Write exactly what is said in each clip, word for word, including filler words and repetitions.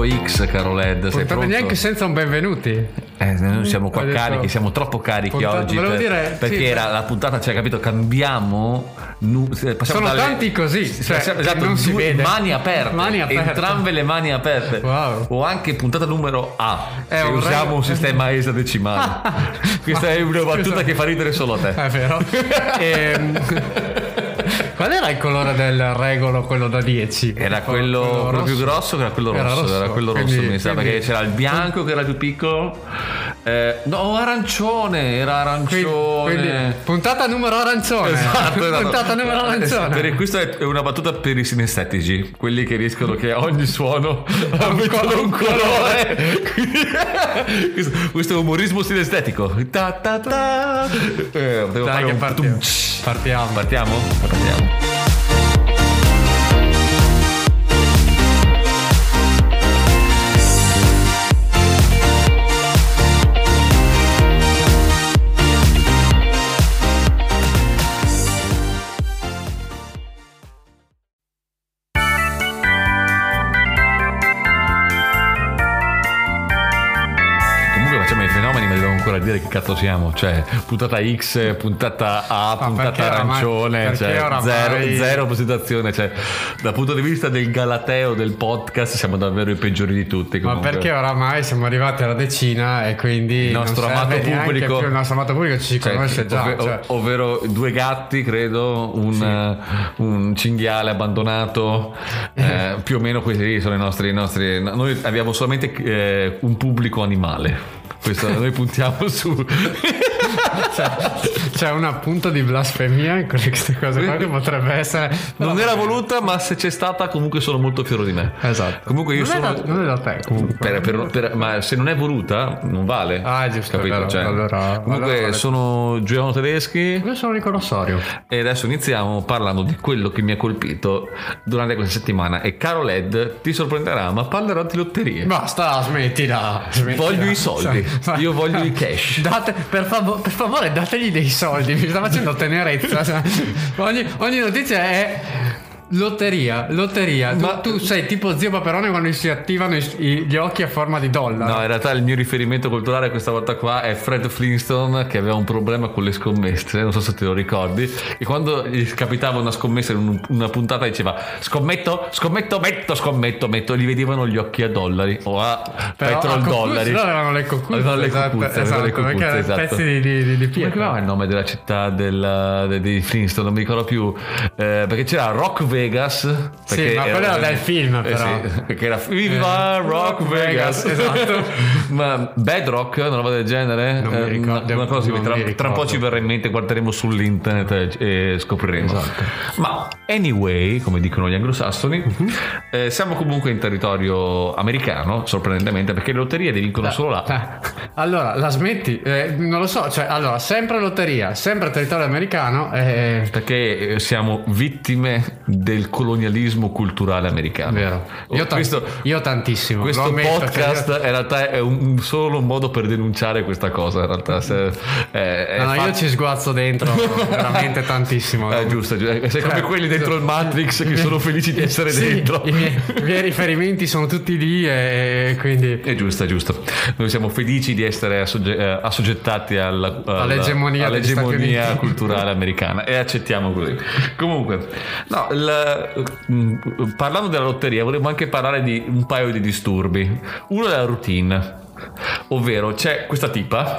X, caro Led. Sei pronto? Neanche senza un benvenuti. Eh, noi siamo qua Ho detto, carichi, siamo troppo carichi puntata, oggi per, dire, perché sì, era la puntata, cioè capito, cambiamo nu, sono dalle, tanti così, cioè, passiamo, esatto, non si vede. mani aperte, mani aperte, entrambe le mani aperte. Wow. O anche puntata numero A, è se un usiamo re... un sistema esadecimale. Questa è una battuta che fa ridere solo a te. È vero. e, qual era il colore del regolo, quello da dieci? Era quello, quello, quello più grosso, che era quello era rosso, rosso, era quello quindi, rosso mi sa, quindi... perché c'era il bianco che era più piccolo. Eh, no, arancione, era arancione. Quindi, quindi, puntata numero arancione. Esatto, esatto. Puntata numero arancione. Per, questa è una battuta per i sinestetici, quelli che riescono che a ogni suono mettono un colore. questo, questo è umorismo sinestetico. Ta, ta, ta. Eh, devo Dai, fare che un partiamo. partiamo. Partiamo? Partiamo. Dire che cazzo siamo, cioè puntata X, puntata A, Ma puntata arancione, oramai, cioè oramai... zero, zero presentazione, cioè dal punto di vista del galateo del podcast siamo davvero i peggiori di tutti comunque. Ma perché oramai siamo arrivati alla decina e quindi il nostro non amato pubblico più, il nostro amato pubblico ci cioè, conosce già, ov- cioè. ovvero due gatti credo, un, sì. uh, un cinghiale abbandonato, eh, più o meno questi sono i nostri, i nostri noi abbiamo solamente eh, un pubblico animale. Questo, noi puntiamo su c'è, c'è un appunto di blasfemia in queste cose qua che potrebbe essere non era voluta, ma se c'è stata comunque sono molto fiero di me. Esatto. Comunque io non sono è da, non è da te comunque. Per, per, per, ma se non è voluta non vale. Ah, giusto, capito? Vero, Cioè, allora, comunque allora vale. Sono Giuliano Tedeschi. Io sono Nicola Sorio. E adesso iniziamo parlando di quello che mi ha colpito durante questa settimana. E caro Led, ti sorprenderà, ma parlerò di lotterie. Basta, smettila, smettila. Voglio i soldi. Cioè, io voglio i cash. Date, per, fav- per favore, dategli dei soldi. Mi sta facendo tenerezza. Cioè, ogni, ogni notizia è lotteria, lotteria. Ma tu, tu sei tipo Zio Paperone quando si attivano i, i, gli occhi a forma di dollaro. No, in realtà il mio riferimento culturale questa volta qua è Fred Flintstone, che aveva un problema con le scommesse, non so se te lo ricordi, e quando gli capitava una scommessa in un, una puntata diceva scommetto, scommetto, metto, scommetto, metto, e gli vedevano gli occhi a dollari o a petrol dollari. No, avevano le cocuzze, avevano le cocuzze, esatto, avevano le esatto, cocuzze, esatto. Pezzi di, di, di, di pietra. Come chiamava il nome della città del, de, di Flintstone? Non mi ricordo più, eh, perché c'era Rock Vegas. Sì, ma quello era del film, però. Eh sì, perché era Viva eh, Rock Vegas, esatto. Ma Bedrock, una roba del genere, non mi ricordo, una cosa non tra, mi tra un po' ci verrà in mente, guarderemo sull'internet e, e scopriremo. Esatto. Ma anyway, come dicono gli anglosassoni, uh-huh. eh, siamo comunque in territorio americano, sorprendentemente, perché le lotterie le vincono da, solo là. Da. Allora, la smetti? Eh, non lo so, cioè, allora, sempre lotteria, sempre territorio americano. Eh... Perché siamo vittime del colonialismo culturale americano. Vero. Io, questo, t- io tantissimo. Questo ammetto, podcast cioè io... in realtà è un, solo un modo per denunciare questa cosa. In realtà, se, è, è no, no, fatto... io ci sguazzo dentro veramente tantissimo. È giusto, giusto. Sei come cioè, quelli dentro il Matrix che sono felici di essere sì, dentro. I miei, i miei riferimenti sono tutti lì e quindi è giusto, è giusto. Noi siamo felici di essere assogge- assoggettati alla, alla, all'egemonia, all'egemonia culturale americana e accettiamo così. Comunque, no, il, parlando della lotteria volevo anche parlare di un paio di disturbi. Uno della routine, ovvero c'è questa tipa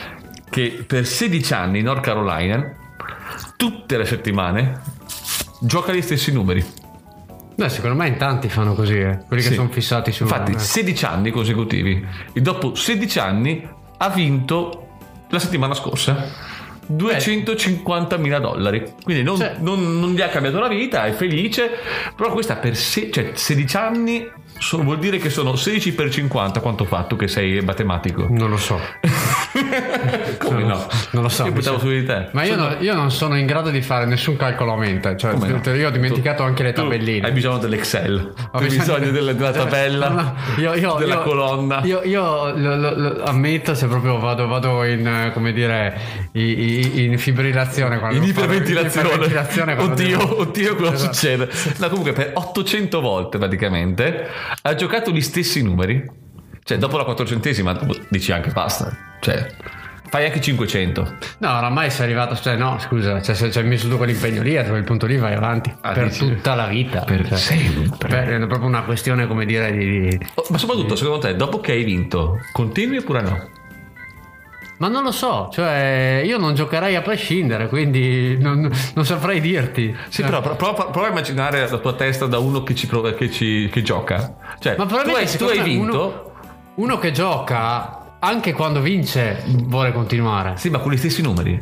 che per sedici anni in North Carolina tutte le settimane gioca gli stessi numeri. Beh, secondo me in tanti fanno così, eh. quelli che sì. sono fissati su. Infatti, sedici anni consecutivi. E dopo sedici anni ha vinto la settimana scorsa duecentocinquantamila dollari. Quindi non, cioè, non, non gli ha cambiato la vita, è felice. Però questa per se, cioè sedici anni so, vuol dire che sono sedici per cinquanta. Quanto fa? Tu che sei matematico? Non lo so. Come no? Non lo so. Io buttavo su di te. Ma io, Sono... no, io non sono in grado di fare nessun calcolo a mente. Cioè, no? Io ho dimenticato tu, anche le tu tabelline. Hai bisogno dell'Excel. Ho hai bisogno, bisogno della, della tabella, no, no. Io, io, della io, colonna. Io, io lo, lo, lo ammetto, se proprio vado, vado in, come dire, in, in fibrillazione. In iperventilazione. In iperventilazione oddio, devo... oddio, cosa esatto. succede? No, comunque per ottocento volte praticamente ha giocato gli stessi numeri. Cioè dopo la quattrocentesima dici anche basta. Cioè fai anche cinquecento. No, oramai sei arrivato, cioè no, scusa, cioè, se ci hai messo tu quell'impegno lì, a quel punto lì vai avanti ah, per dici, tutta la vita. Per cioè, sempre. Per, è proprio una questione, come dire, di... Oh, ma soprattutto, secondo te, dopo che hai vinto, continui oppure no? Ma non lo so, cioè io non giocherei a prescindere, quindi non, non saprei dirti. Sì, cioè. però prova, prova a immaginare la tua testa da uno che ci prova, che ci che gioca. Cioè, ma tu hai, tu hai vinto. Uno, uno che gioca, anche quando vince, vuole continuare. Sì, ma con gli stessi numeri.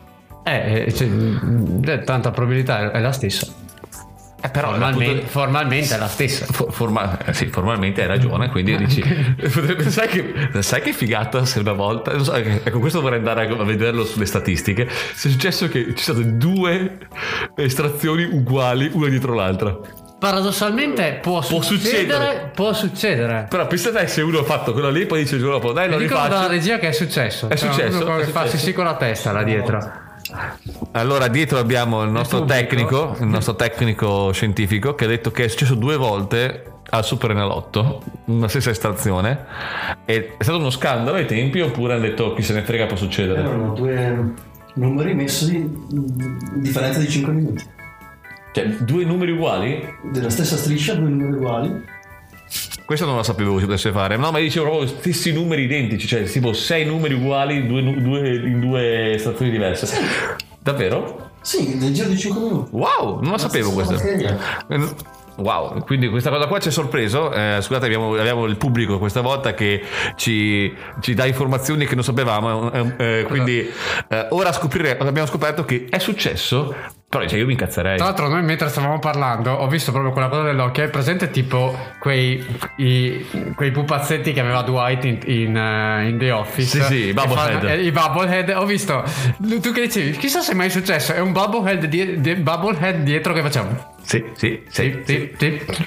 Eh, cioè, tanta probabilità è la stessa. Eh, però formalmente, appunto, formalmente è la stessa. Forma, sì, formalmente hai ragione, quindi dici sai che, sai che figata se una volta non so, ecco, questo vorrei andare a vederlo sulle statistiche, se è successo che ci sono state due estrazioni uguali una dietro l'altra. Paradossalmente può, può succedere, succedere può succedere. Però pensate se uno ha fatto quello lì poi dice il giorno dopo dai lo rifaccio. Dalla regia che è successo è cioè, successo, uno è che successo. fa sì con la testa là dietro. Allora dietro abbiamo il nostro il tecnico il nostro tecnico scientifico che ha detto che è successo due volte al Super Enalotto una stessa estrazione e è stato uno scandalo ai tempi oppure hanno detto chi se ne frega può succedere. Erano due numeri messi in differenza di cinque minuti, cioè due numeri uguali della stessa striscia, due numeri uguali. Questo non lo sapevo che si potesse fare. No, ma dicevo proprio stessi numeri identici, cioè tipo sei numeri uguali due, due, in due stazioni diverse. Sì. Davvero? Sì, nel giro di cinque minuti. Wow, non lo sapevo questo. Wow, quindi questa cosa qua ci è sorpreso. Eh, scusate, abbiamo, abbiamo il pubblico questa volta che ci, ci dà informazioni che non sapevamo. Eh, eh, quindi eh, ora scoprire, abbiamo scoperto che è successo. Però cioè, io mi incazzerei. Tra l'altro noi mentre stavamo parlando ho visto proprio quella cosa dell'occhio. È presente tipo quei, i, quei pupazzetti che aveva Dwight in, in, uh, in The Office. Sì sì, i Bubblehead. eh, I Bubblehead. Ho visto tu che dicevi chissà se è mai successo. È un Bubblehead, die, die, Bubblehead dietro che facciamo. Sì sì sì, sì, sì, sì.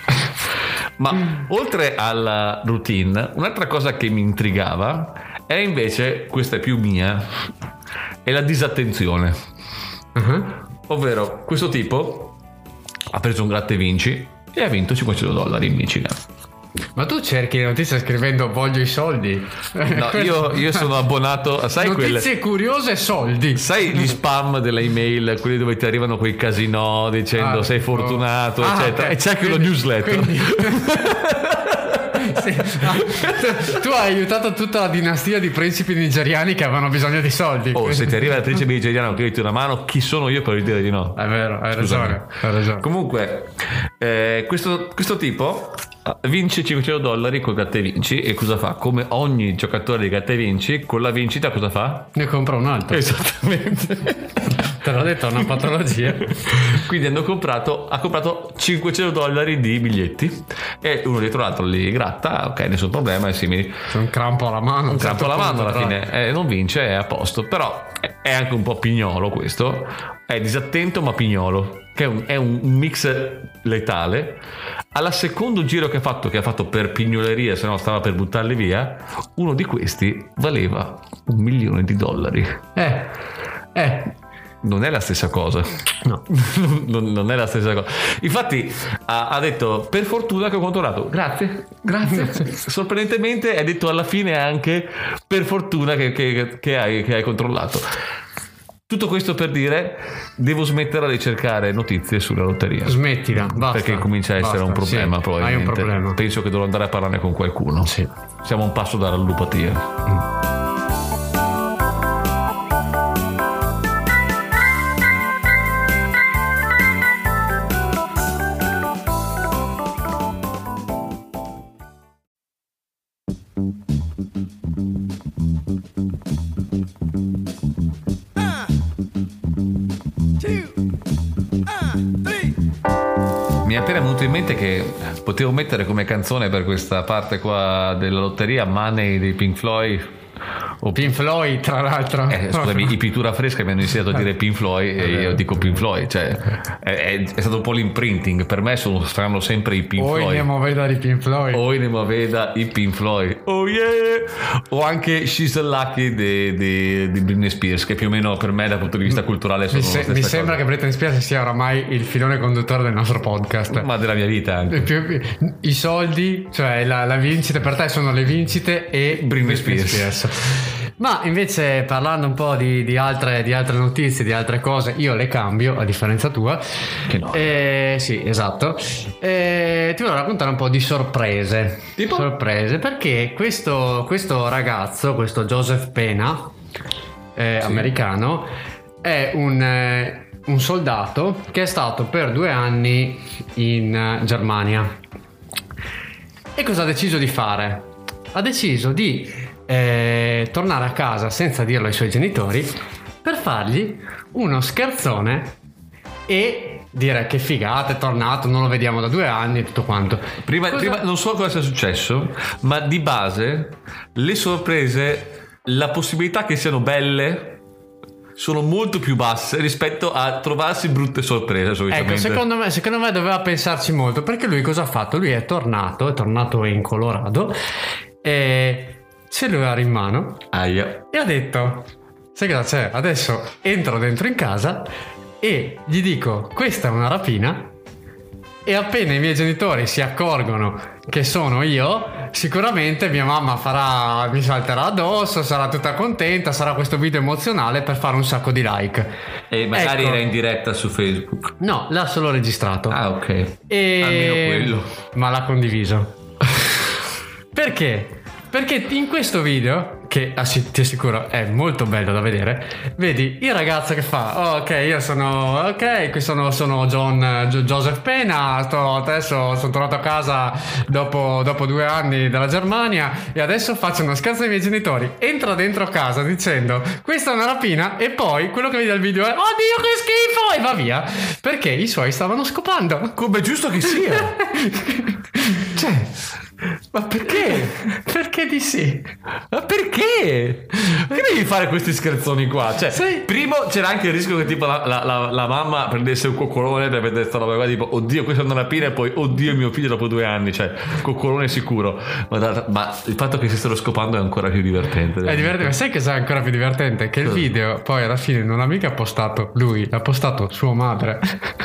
Ma oltre alla routine, un'altra cosa che mi intrigava è invece, questa è più mia, è la disattenzione. Uh-huh. Ovvero, questo tipo ha preso un gratta e vinci e ha vinto cinquecento dollari in Michigan. Ma tu cerchi le notizie scrivendo voglio i soldi? No, io, io sono abbonato, sai notizie quelle curiose e soldi. Sai gli spam della email, quelli dove ti arrivano quei casinò dicendo ah, sei fortunato, oh. eccetera. Ah, okay. E c'è anche quindi, lo newsletter. Quindi... sì. Ah, tu, tu hai aiutato tutta la dinastia di principi nigeriani che avevano bisogno di soldi. Oh, se ti arriva il principe nigeriano che ti una mano, chi sono io per dire di no? È vero, hai ragione, hai ragione. Comunque, eh, questo, questo tipo vince cinquecento dollari con gratta e vinci e cosa fa? Come ogni giocatore di gratta e vinci, con la vincita cosa fa? Ne compra un altro. Esattamente. Te l'ho detto, è una patologia. Quindi hanno comprato, ha comprato cinquecento dollari di biglietti e uno dietro l'altro li gratta, ok, nessun problema, è simili. C'è un crampo alla mano. Un crampo alla mano alla fine, eh, non vince, è a posto. Però è anche un po' pignolo questo, è disattento ma pignolo, che è un, è un mix letale. Alla secondo giro che ha fatto, che ha fatto per pignoleria, se no stava per buttarli via, uno di questi valeva un milione di dollari. Eh, eh. Non è la stessa cosa. No. non, non è la stessa cosa. Infatti ha, ha detto per fortuna che ho controllato. Grazie, grazie. Sorprendentemente ha detto alla fine anche per fortuna che, che, che, hai, che hai controllato. Tutto questo per dire devo smettere di cercare notizie sulla lotteria. Smettila, basta. Perché comincia a essere basta, un problema, sì, probabilmente. Hai un problema. Penso che dovrò andare a parlarne con qualcuno. Sì. Siamo a un passo dalla ludopatia. Mm. Mi è appena venuto in mente che potevo mettere come canzone per questa parte qua della lotteria Money dei Pink Floyd o Pink Floyd, tra l'altro. Eh, scusami, i Pittura Fresca mi hanno insegnato a dire Pink Floyd e io dico Pink Floyd, cioè è, è, è stato un po' l'imprinting, per me sono, saranno sempre i Pink o Floyd. O in Moveda di Pink Floyd. O in Moveda i Pink Floyd. Oh yeah! O anche She's a Lucky di, di, di Britney Spears, che più o meno per me dal punto di vista culturale sono mi, se, mi sembra che Britney Spears sia oramai il filone conduttore del nostro podcast, ma della mia vita anche. Più, i soldi, cioè la, la vincita per te sono le vincite e Britney Spears. Spears. Ma invece parlando un po' di, di, altre, di altre notizie, di altre cose, io le cambio a differenza tua. Che no. Eh, sì, esatto. Eh, ti voglio raccontare un po' di sorprese. Tipo? Sorprese, perché questo, questo ragazzo, questo Joseph Pena, eh, sì. americano, è un, eh, un soldato che è stato per due anni in uh, Germania. E cosa ha deciso di fare? Ha deciso di eh, tornare a casa senza dirlo ai suoi genitori per fargli uno scherzone e dire che figata, è tornato, non lo vediamo da due anni e tutto quanto. Prima, cosa... prima non so cosa sia successo, ma di base le sorprese, la possibilità che siano belle sono molto più basse rispetto a trovarsi brutte sorprese solitamente. Ecco, secondo me, secondo me doveva pensarci molto, perché lui cosa ha fatto? Lui è tornato, è tornato in Colorado e cellulare in mano. Aia. E ha detto: sai cosa c'è? Adesso entro dentro in casa e gli dico: questa è una rapina. E appena i miei genitori si accorgono che sono io, sicuramente mia mamma farà, mi salterà addosso, sarà tutta contenta, sarà questo video emozionale per fare un sacco di like. E magari ecco. Era in diretta su Facebook. No, l'ha solo registrato. Ah, ok. E... almeno quello. Ma l'ha condiviso. Perché? Perché in questo video, che ti assicuro è molto bello da vedere, vedi il ragazzo che fa: oh, ok, io sono ok, qui sono, sono John Gio, Joseph Pena, sto, adesso sono tornato a casa dopo, dopo due anni dalla Germania e adesso faccio uno scherzo ai miei genitori. Entra dentro casa dicendo: questa è una rapina, e poi quello che vedi dal video è: oddio che schifo, e va via, perché i suoi stavano scopando. Come è giusto che sia. Cioè, ma perché? Perché di sì? Ma perché? Perché devi fare questi scherzoni qua? Cioè, sì. Primo c'era anche il rischio che tipo la, la, la, la mamma prendesse un coccolone per vedere sta roba qua, tipo oddio questa è una rapina, e poi oddio mio figlio dopo due anni, cioè coccolone sicuro. Ma, da, ma il fatto che si stiano scopando è ancora più divertente. È divertente, ma sai che è ancora più divertente? Che il video poi alla fine non l'ha mica postato lui, l'ha postato sua madre.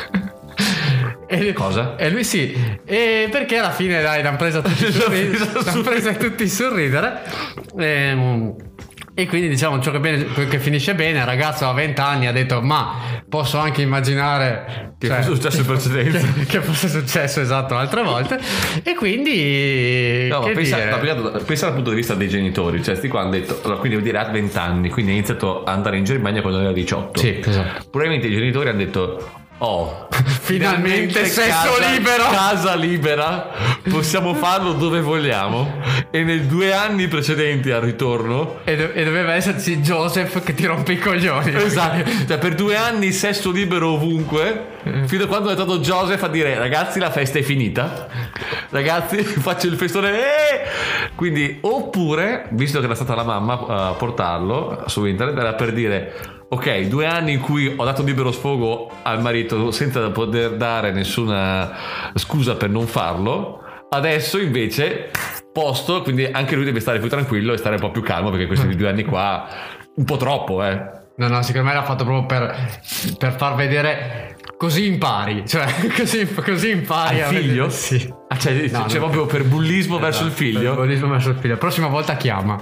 E, cosa? E lui sì, e perché alla fine dai l'hanno presa tutti a sorridere, l'hanno presa tutti a sorridere. E, e quindi diciamo ciò che, bene, che finisce bene. Il ragazzo a venti anni ha detto: ma posso anche immaginare che cioè, fosse successo in precedenza, che, che fosse successo esatto altre volte. E quindi no, che ma pensa, dire? pensa dal punto di vista dei genitori, cioè sti qua hanno detto, allora, quindi vuol dire a venti anni, quindi ha iniziato ad andare in Germania quando aveva diciotto. Sì, esatto. Probabilmente i genitori hanno detto: oh, finalmente, finalmente sesso casa, libero, casa libera, possiamo farlo dove vogliamo. E nei due anni precedenti al ritorno e, do- e doveva esserci Joseph che ti rompe i coglioni. Esatto, cioè per due anni sesso libero ovunque, fino a quando è stato Joseph a dire: ragazzi, la festa è finita, ragazzi faccio il festone, eh! Quindi, oppure, visto che era stata la mamma a portarlo su internet, era per dire: ok, due anni in cui ho dato libero sfogo al marito senza poter dare nessuna scusa per non farlo, adesso invece posto, quindi anche lui deve stare più tranquillo e stare un po' più calmo, perché questi due anni qua un po' troppo, eh. No, no, secondo me l'ha fatto proprio per, per far vedere, così impari, cioè così, così impari. Al figlio? Vedere, sì. Ah, cioè, no, cioè no, proprio per bullismo esatto, verso il figlio? Per bullismo verso il figlio. Prossima volta chiama.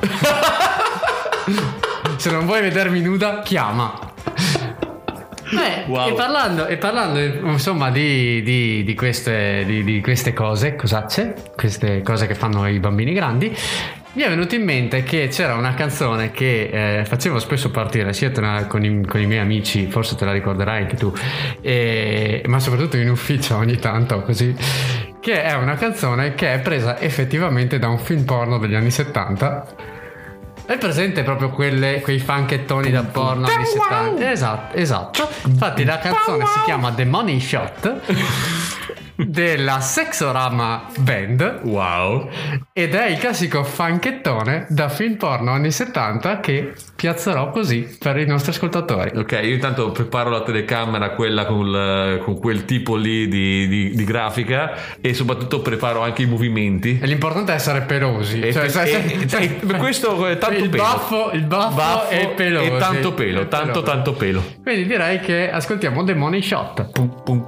Se non vuoi vedermi nuda, chiama. Beh, Wow. e parlando, e parlando insomma di, di, di, queste, di, di queste cose, cosacce, queste cose che fanno i bambini grandi, mi è venuto in mente che c'era una canzone che eh, facevo spesso partire sia tra, con, i, con i miei amici, forse te la ricorderai anche tu, e, ma soprattutto in ufficio ogni tanto così, che è una canzone che è presa effettivamente da un film porno degli anni settanta. È presente proprio quelle, quei funkettoni da porno anni settanta? Esatto, esatto. Infatti la canzone si chiama The Money Shot della Sexorama Band. Wow. Ed è il classico fanchettone da film porno anni settanta che piazzerò così per i nostri ascoltatori. Ok, io intanto preparo la telecamera, quella con, il, con quel tipo lì di, di, di grafica, e soprattutto preparo anche i movimenti. E l'importante è essere pelosi. E, cioè, e, cioè, e, cioè, e questo è tanto il pelo. Baffo, il baffo, Baffo e pelosi. E tanto pelo, E tanto pelosi. tanto pelo. Quindi direi che ascoltiamo The Money Shot. Pum, pum.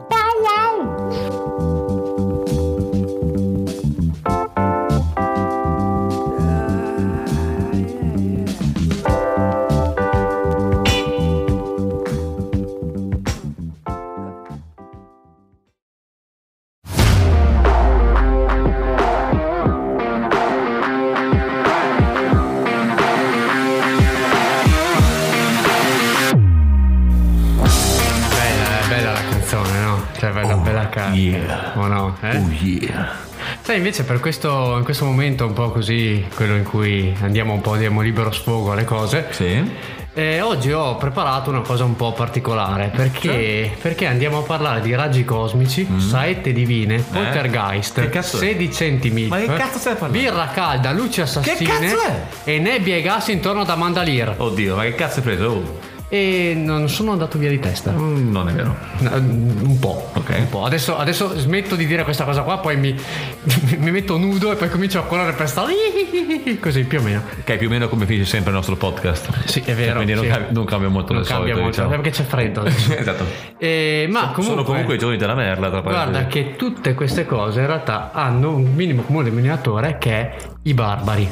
Cioè bella, oh, bella carta. Yeah. O no? Eh? Oh yeah. Sai, invece per questo, in questo momento un po' così, quello in cui andiamo un po', diamo libero sfogo alle cose. Sì. Eh, oggi ho preparato una cosa un po' particolare perché, cioè? perché andiamo a parlare di raggi cosmici, mm. saette divine, eh? poltergeist, sedicenti mil, ma che cazzo stai parlando? Birra calda, luci assassine, che cazzo è? E nebbia e gas intorno da Mandalire. Oddio, ma che cazzo hai preso? Oh. E non sono andato via di testa. Mm, non è vero. Un po', ok. Un po'. Adesso, adesso smetto di dire questa cosa qua, poi mi, mi metto nudo e poi comincio a correre per strada. Così più o meno. Che è più o meno come finisce sempre il nostro podcast. Sì, è vero. Quindi sì. non, cambia, non cambia molto non del cambia solito, molto, diciamo. perché c'è freddo. Esatto. E, ma comunque, sono comunque i giorni della merda. Tra guarda che tutte queste cose in realtà hanno un minimo comune denominatore che è i barbari.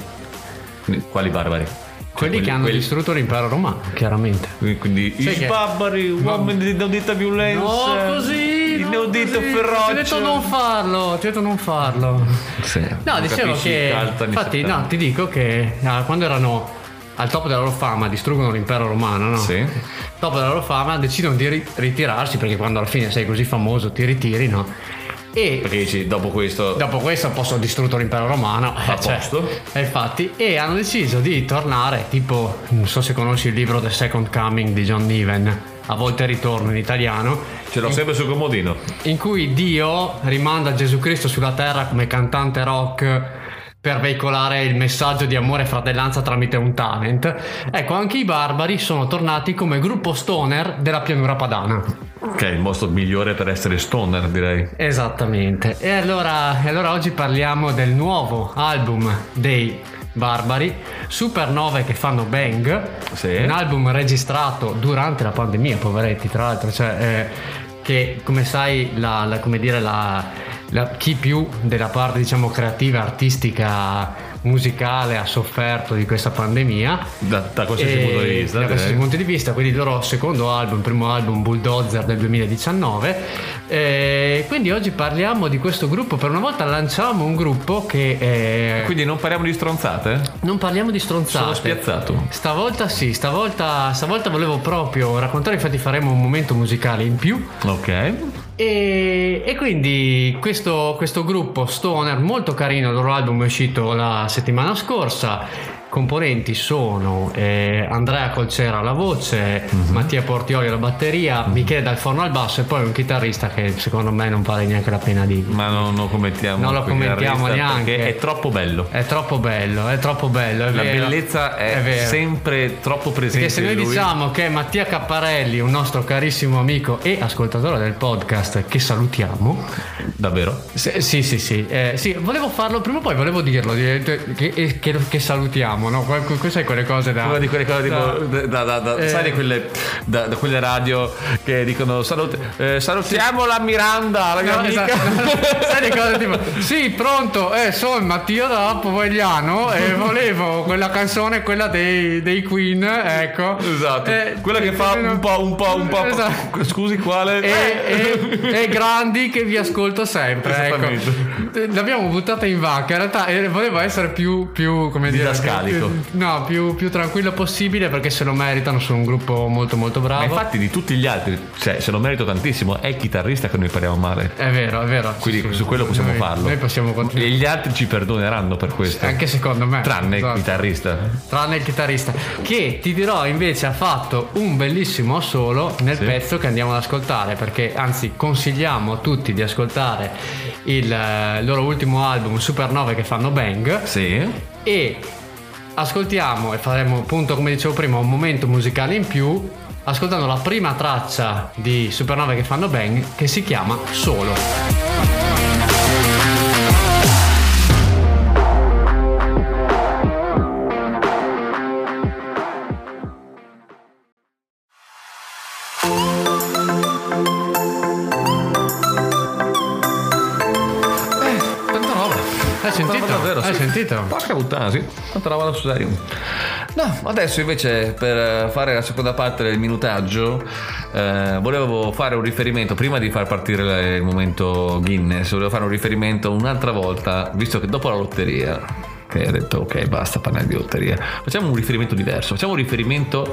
Quali barbari? Quelli, quelli che hanno quelli... distrutto l'impero romano, chiaramente. Quindi sai i che... barbari, uomini di inaudita violenza. No, così. Inaudito no, feroce. Ti ho detto non farlo, ti ho detto non farlo. Sì, no, dicevo che infatti no, ti dico che ah, quando erano al top della loro fama distruggono l'impero romano, no? Sì. Top della loro fama decidono di ri- ritirarsi, perché quando alla fine sei così famoso ti ritiri, no? E perché dici dopo questo dopo questo posso distrutto l'impero romano, a eh, cioè, posto. E infatti e hanno deciso di tornare, tipo non so se conosci il libro The Second Coming di John Niven, A volte ritorno in italiano, ce l'ho sempre sul comodino, in cui Dio rimanda Gesù Cristo sulla terra come cantante rock per veicolare il messaggio di amore e fratellanza tramite un talent. Ecco, anche i barbari sono tornati come gruppo stoner della pianura padana, che è il modo migliore per essere stoner, direi. Esattamente. E allora, e allora oggi parliamo del nuovo album dei barbari, Supernove che fanno bang, sì. Un album registrato durante la pandemia, poveretti, tra l'altro, cioè eh, che come sai la, la come dire la La, chi più della parte diciamo creativa, artistica, musicale ha sofferto di questa pandemia da, da qualsiasi punto di vista, da qualsiasi punto di vista. Quindi il loro secondo album, primo album Bulldozer del duemiladiciannove, e quindi oggi parliamo di questo gruppo. Per una volta lanciamo un gruppo che è... quindi non parliamo di stronzate? Non parliamo di stronzate. Sono spiazzato stavolta sì stavolta, stavolta volevo proprio raccontare, infatti faremo un momento musicale in più, ok. E, e quindi questo, questo gruppo stoner molto carino, il loro album è uscito la settimana scorsa. Componenti sono eh, Andrea Colcera alla voce, mm-hmm. Mattia Portioli alla batteria, mm-hmm. Michele Dal Forno al basso e poi un chitarrista che secondo me non vale neanche la pena di... Ma non lo commentiamo. Non lo commentiamo neanche. Perché è troppo bello. È troppo bello, è troppo bello. È la vero, bellezza è, è sempre troppo presente. Perché se noi lui... diciamo che Mattia Capparelli, un nostro carissimo amico e ascoltatore del podcast, che salutiamo. Davvero? Se, sì, sì, sì. Eh, sì, volevo farlo prima o poi, volevo dirlo, che, che, che, che salutiamo. No? Sai quelle cose da una di quelle cose da, tipo da, da, da, eh, sai di quelle da, da quelle radio che dicono salut, eh, salutiamo sì. la Miranda, la mia no, amica. Esatto. Sai di cose tipo sì pronto eh, sono Mattia da Povegliano e volevo quella canzone, quella dei, dei Queen, ecco, esatto, eh, quella che fa un po' un po' un po' esatto. Scusi quale e, e, e grandi che vi ascolto sempre, ecco. L'abbiamo buttata in vacca in realtà, e voleva essere più più come dire sadico. No, più, più tranquillo possibile, perché se lo meritano, sono un gruppo molto molto bravo. Ma infatti di tutti gli altri, cioè se lo merito tantissimo, è il chitarrista che noi parliamo male. È vero, è vero. Quindi Sì, su quello possiamo noi, farlo. Noi possiamo continuare. E gli altri ci perdoneranno per questo. Anche secondo me. Tranne esatto. il chitarrista. Tranne il chitarrista, che ti dirò invece ha fatto un bellissimo solo nel Sì. pezzo che andiamo ad ascoltare, perché anzi consigliamo a tutti di ascoltare il eh, loro ultimo album Supernove che fanno bang, Sì. e ascoltiamo e faremo appunto, come dicevo prima, un momento musicale in più ascoltando la prima traccia di Supernove che fanno bang, che si chiama Solo. Hai sentito? Davvero, Hai sì. sentito? Porca puttana, sì. Quanta roba da serio. No, adesso invece per fare la seconda parte del minutaggio eh, volevo fare un riferimento, prima di far partire il momento Guinness, volevo fare un riferimento un'altra volta, visto che dopo la lotteria, che ho detto ok basta parlare di lotteria, facciamo un riferimento diverso, facciamo un riferimento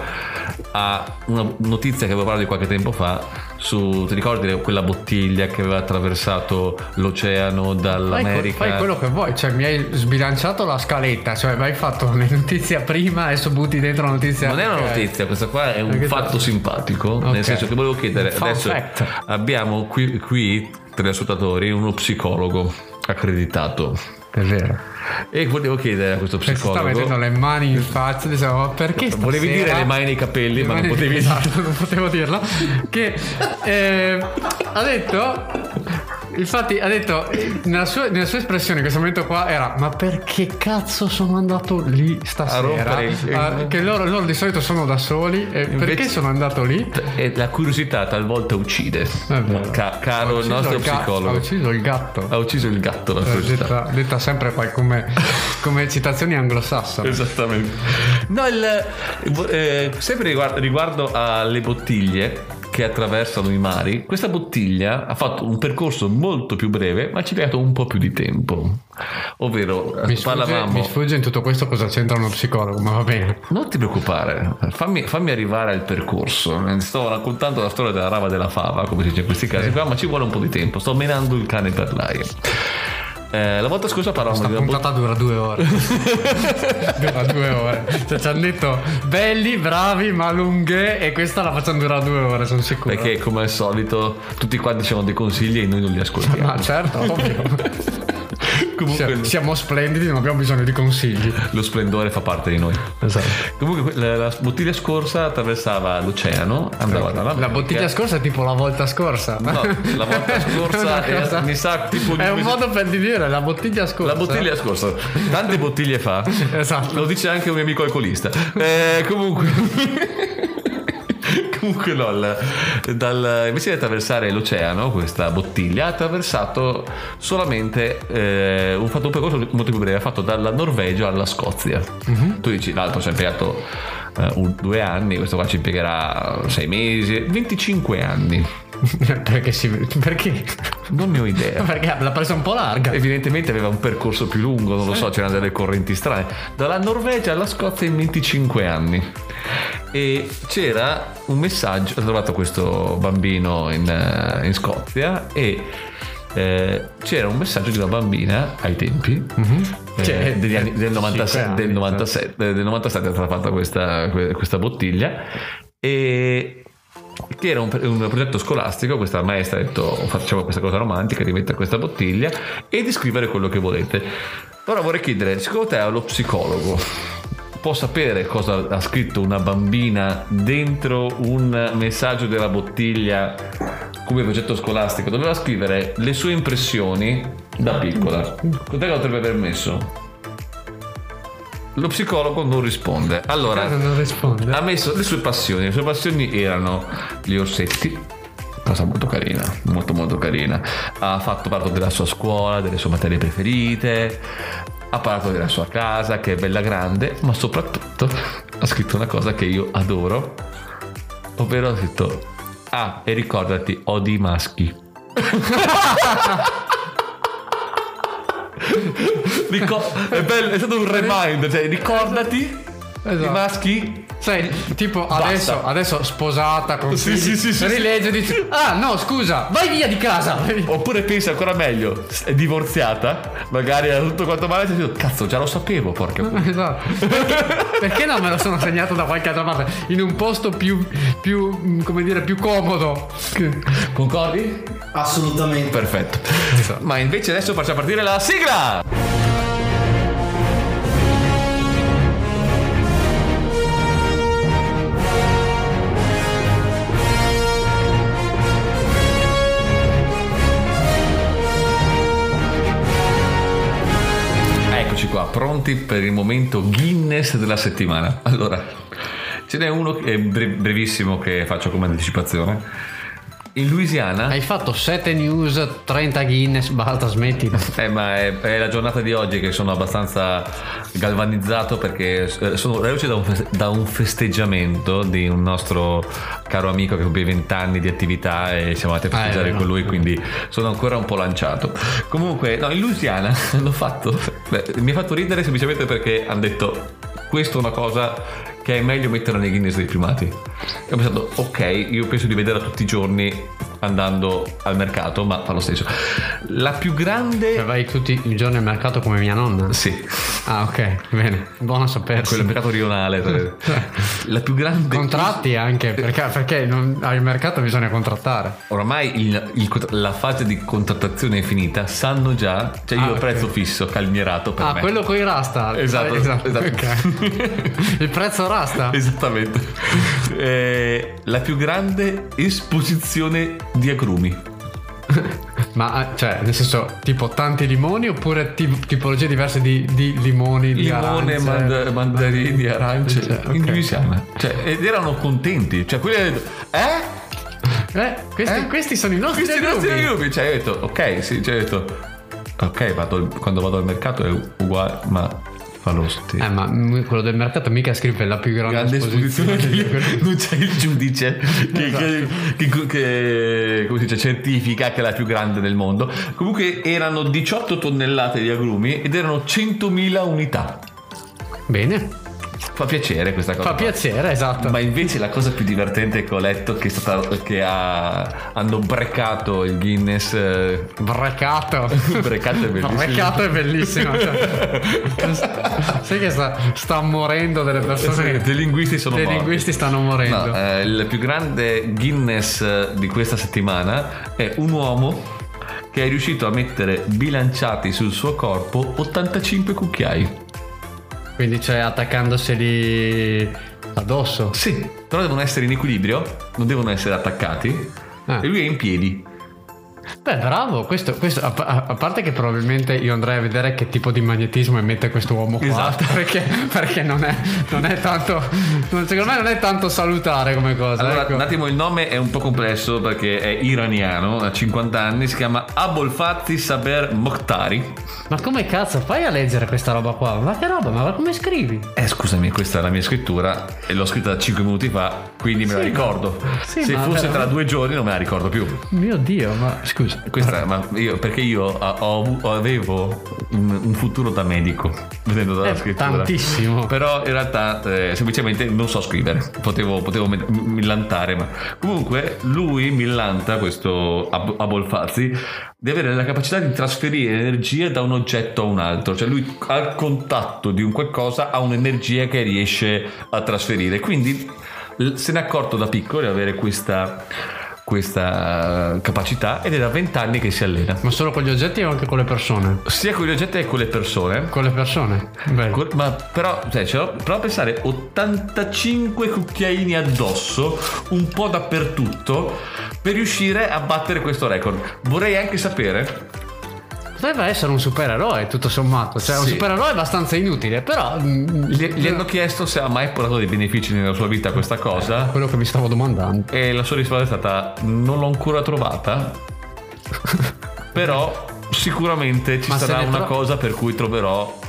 a una notizia che avevo parlato di qualche tempo fa su, ti ricordi quella bottiglia che aveva attraversato l'oceano dall'America? Fai, fai quello che vuoi, cioè mi hai sbilanciato la scaletta, cioè mi hai fatto una notizia prima, adesso butti dentro la notizia. Non è una Ok. notizia, questa qua è un Perché fatto te- simpatico, Ok. nel senso che volevo chiedere, Fun adesso fact. abbiamo qui, qui tra gli ascoltatori uno psicologo accreditato È vero. e volevo chiedere a questo Cioè, si sta psicologo, mettendo le mani in faccia, diciamo, ma perché stasera... volevi dire le mani nei capelli Le ma non mani- potevi esatto, non potevo dirlo, che eh, ha detto, infatti ha detto nella sua, nella sua espressione in questo momento qua era: ma perché cazzo sono andato lì stasera? rompere il- Ah, che loro, loro di solito sono da soli, e Invece- perché sono andato lì? E la curiosità talvolta uccide. È vero. Ca- Ha caro il ucciso nostro il gatto, psicologo, ha ucciso il gatto. ha ucciso il gatto la Eh, curiosità. detta, detta sempre poi come, come citazioni anglosassone. Esattamente. No, il, eh, sempre riguardo, riguardo alle bottiglie che attraversano i mari, questa bottiglia ha fatto un percorso molto più breve, ma ci ha dato un po' più di tempo. Ovvero, Mi sfugge, parlavamo. mi sfugge in tutto questo cosa c'entra uno psicologo, ma va bene. Non ti preoccupare, fammi, fammi arrivare al percorso. Sto raccontando la storia della rava della fava, come si dice in questi casi qua, ma ci vuole un po' di tempo. Sto menando il cane per l'aria. Eh, la volta scorsa parlavamo Questa di una puntata dura due ore. Dura due ore. Cioè, ci hanno detto belli, bravi, ma lunghe, e questa la facciamo durare due ore, sono sicuro. perché come al solito tutti quanti ci hanno dei consigli e noi non li ascoltiamo. Ma certo, ovvio. Comunque Siamo, siamo splendidi, non abbiamo bisogno di consigli. lo splendore fa parte di noi. Esatto. Comunque la, la bottiglia scorsa attraversava l'oceano, andava dalla La bottiglia scorsa è tipo la volta scorsa. No, la volta scorsa È una cosa- era- mi sa tipo È un due- modo per dire la bottiglia scorsa. La bottiglia scorsa, tante bottiglie fa. Esatto. Lo dice anche un mio amico alcolista. Eh, comunque. Comunque no, il- dal- invece di attraversare l'oceano, questa bottiglia ha attraversato solamente eh, un fatto un percorso molto più breve, ha fatto dalla Norvegia alla Scozia. Tu dici l'altro ci ha impiegato eh, un- due anni, questo qua ci impiegherà sei mesi, venticinque anni. Perché si perché? Non ne ho idea. Perché l'ha presa un po' larga. Evidentemente aveva un percorso più lungo, non lo so, c'erano delle correnti strane. Dalla Norvegia alla Scozia in venticinque anni. E c'era un messaggio, ho trovato questo bambino in, eh, in Scozia e eh, c'era un messaggio di una bambina ai tempi eh, Cioè, degli anni, del, novantasette, anni, del, novantasette, del novantasette è stata fatta questa, questa bottiglia, e che era un, un progetto scolastico. Questa maestra ha detto: facciamo questa cosa romantica di mettere questa bottiglia e di scrivere quello che volete. Ora vorrei chiedere, secondo te lo psicologo può sapere cosa ha scritto una bambina dentro un messaggio della bottiglia come progetto scolastico? Doveva scrivere le sue impressioni da piccola. Cos'è che lo avrebbe permesso? Lo psicologo non risponde. Allora, Non risponde. ha messo le sue passioni. Le sue passioni erano gli orsetti, cosa molto carina, molto molto carina. Ha fatto parlato della sua scuola, delle sue materie preferite, ha parlato della sua casa che è bella grande, ma soprattutto ha scritto una cosa che io adoro, ovvero ha scritto: ah, e ricordati, odi i maschi. Ricor- è, bello, è stato un reminder, cioè ricordati, Esatto. i maschi. Sai, tipo Basta. adesso, adesso sposata con Sì, figli, sì, sì, sì, rilegge e dice: ah no, scusa, vai via di casa. Oppure pensa ancora meglio, è divorziata, magari ha tutto quanto male, e dice, cazzo, già lo sapevo, porca puttana. Esatto. Perché, perché non me lo sono segnato da qualche altra parte? In un posto più, più come dire, più comodo. Concordi? Assolutamente. Perfetto. Ma invece adesso facciamo partire la sigla. Eccoci qua, pronti per il momento Guinness della settimana. Allora, ce n'è uno che è bre- brevissimo che faccio come anticipazione. In Louisiana. Hai fatto sette news, trenta Guinness, basta, smettila. Eh, ma è, è la giornata di oggi che sono abbastanza galvanizzato perché eh, sono reduce da un, feste- da un festeggiamento di un nostro caro amico che compie venti anni di attività e siamo andati a festeggiare Ah, eh, con no. lui, quindi sono ancora un po' lanciato. Comunque, no, in Louisiana hanno fatto. Beh, mi ha fatto ridere semplicemente perché hanno detto: questa è una cosa che è meglio mettere nei Guinness dei primati. E ho pensato, ok, io penso di vederla tutti i giorni andando al mercato, ma fa lo stesso. La più grande. Cioè, vai tutti i giorni al mercato come mia nonna? Sì, Ah, ok, bene, buono a sapersi. quello mercato rionale. La più grande. Contratti anche, perché, perché non, al mercato bisogna contrattare. Oramai il- il- la fase di contrattazione è finita, sanno già, cioè io Ah, ho ok. prezzo fisso, calmierato per Ah, me. quello con i rasta. Esatto, Eh, esatto. esatto. Ok. Il prezzo rasta. Esattamente. Eh, la più grande esposizione di agrumi. Ma cioè, nel senso, tipo tanti limoni oppure tip- tipologie diverse di, di limoni, di Limone, arance? mand- mandarini, arance, Cioè, ok. in Louisiana. Cioè, ed erano contenti. Cioè, quelli hanno detto, eh? Eh, questi, Eh? questi sono i nostri Questi nostri agrumi. agrumi. Cioè, io ho detto, ok, sì, cioè, ho detto, ok, vado, quando vado al mercato è uguale, ma fa lo stesso. Eh, ma m- quello del mercato mica scrive la più grande, Grande esposizione esposizione. che non c'è il giudice che, che, che, che- come si dice, certifica che è la più grande del mondo. Comunque erano diciotto tonnellate di agrumi ed erano centomila unità. Bene, Fa piacere questa cosa fa qua. piacere, esatto. Ma invece la cosa più divertente che ho letto che, è stata, che ha, hanno brecato il Guinness. eh, Brecato. brecato è bellissimo. Brecato è bellissimo. Cioè, sai che sta, sta morendo delle persone. Dei linguisti sono Dei morti. linguisti stanno morendo. No, eh, il più grande Guinness di questa settimana è un uomo che è riuscito a mettere bilanciati sul suo corpo ottantacinque cucchiai. Quindi cioè attaccandoseli addosso. Sì, però devono essere in equilibrio, non devono essere attaccati. Ah. E lui è in piedi. Beh, bravo, questo, questo a, a- a parte che probabilmente io andrei a vedere che tipo di magnetismo emette questo uomo qua. Esatto. Perché, perché non, è, non è tanto, non- secondo me non è tanto salutare come cosa. Allora, ecco. un attimo, il nome è un po' complesso perché è iraniano, ha cinquanta anni, si chiama Abolfazzi Saber Mokhtari. Ma come cazzo fai a leggere questa roba qua? Ma che roba? Ma come scrivi? Eh, scusami, questa è la mia scrittura e l'ho scritta cinque minuti fa, quindi me la Sì, ricordo. ma- sì, Se ma fosse veramente- tra due giorni non me la ricordo più. Mio Dio, ma scusa. Questa, ma io, perché io ho, ho- avevo un, un futuro da medico vedendo dalla Eh, scrittura. tantissimo. Però in realtà eh, semplicemente non so scrivere. Potevo, potevo me- millantare, ma comunque lui millanta, questo Ab- Abolfazzi, di avere la capacità di trasferire energia da un oggetto a un altro. Cioè lui al contatto di un qualcosa ha un'energia che riesce a trasferire. Quindi l- se n'è accorto da piccolo di avere questa questa capacità ed è da vent'anni che si allena Ma solo con gli oggetti o anche con le persone? sia con gli oggetti che con le persone. Con le persone? Bello. Co- ma però cioè, ce l'ho- prova a pensare ottantacinque cucchiaini addosso un po' dappertutto per riuscire a battere questo record. Vorrei anche sapere. Potrebbe essere un supereroe tutto sommato. Cioè un Sì. supereroe abbastanza inutile. Però mm, Gli, gli hanno chiesto se ha mai portato dei benefici nella sua vita questa cosa quello che mi stavo domandando. e la sua risposta è stata non l'ho ancora trovata. Però sicuramente ci Ma se sarà ne una tro- cosa per cui troverò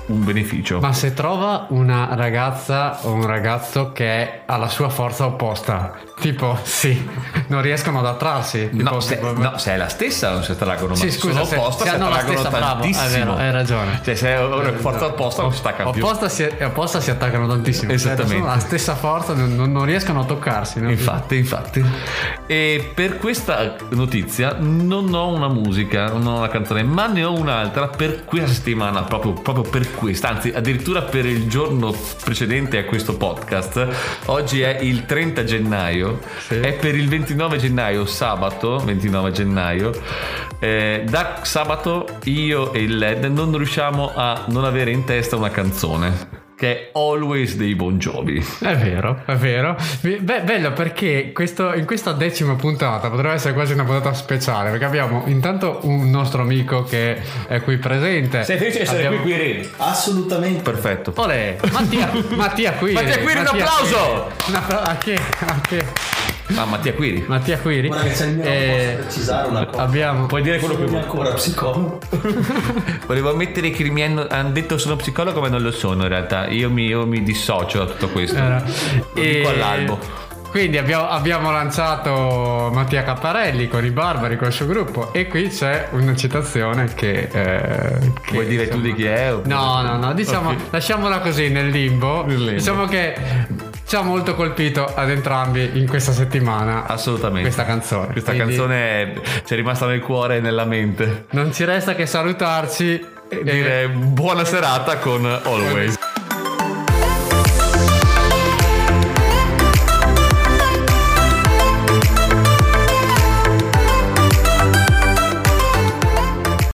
un beneficio. Ma se trova una ragazza o un ragazzo che ha la sua forza opposta, tipo sì, non riescono ad attrarsi. Tipo, No se, tipo- no, se è la stessa non si attraggono, Sì, ma scusa, sono se- opposta se si hanno la attraggono stessa, bravo, tantissimo. è vero, hai ragione. Cioè se è una forza opposta non si staccano più. Opposta si, opposta si attaccano tantissimo. Esattamente. Cioè, sono la stessa forza, non, non- non riescono a toccarsi. no? Infatti, infatti. E per questa notizia non ho una musica, non ho una canzone, ma ne ho un'altra per questa settimana, proprio, proprio per questa, anzi addirittura per il giorno precedente a questo podcast. Oggi è il trenta gennaio, Sì. è per il ventinove gennaio, sabato ventinove gennaio. Eh, da sabato io e il L E D non riusciamo a non avere in testa una canzone, che è Always dei Bon Jovi. È vero, è vero. Beh, bello perché questo, in questa decima puntata potrebbe essere quasi una puntata speciale, perché abbiamo intanto un nostro amico che è qui presente. Sei felice di essere Abbiamo- qui, Quiri? Assolutamente. Perfetto. Olè, Mattia, Mattia Quiri. Mattia Quiri, un applauso! Quiri. Un appla- a chi? A chi? Ah, Mattia Quiri. Mattia Quiri. Guarda che c'è il mio Eh, posso precisare una cosa. abbiamo Puoi dire quello che Sono vuoi. ancora psicologo. Volevo ammettere che mi hanno, hanno detto sono psicologo, ma non lo sono in realtà. Io mi, io mi dissocio da tutto questo. Era- Lo dico all'albo. Quindi abbiamo, abbiamo lanciato Mattia Capparelli con i Barbari, col suo gruppo, e qui c'è una citazione che, eh, che, Vuoi dire tu di chi è? oppure- No, no, no, diciamo, Ok. lasciamola così nel limbo. Nel limbo. Diciamo che ci ha molto colpito ad entrambi in questa settimana. Assolutamente. Questa canzone. Questa Quindi canzone è- ci è rimasta nel cuore e nella mente. non ci resta che salutarci E dire buona serata con Always.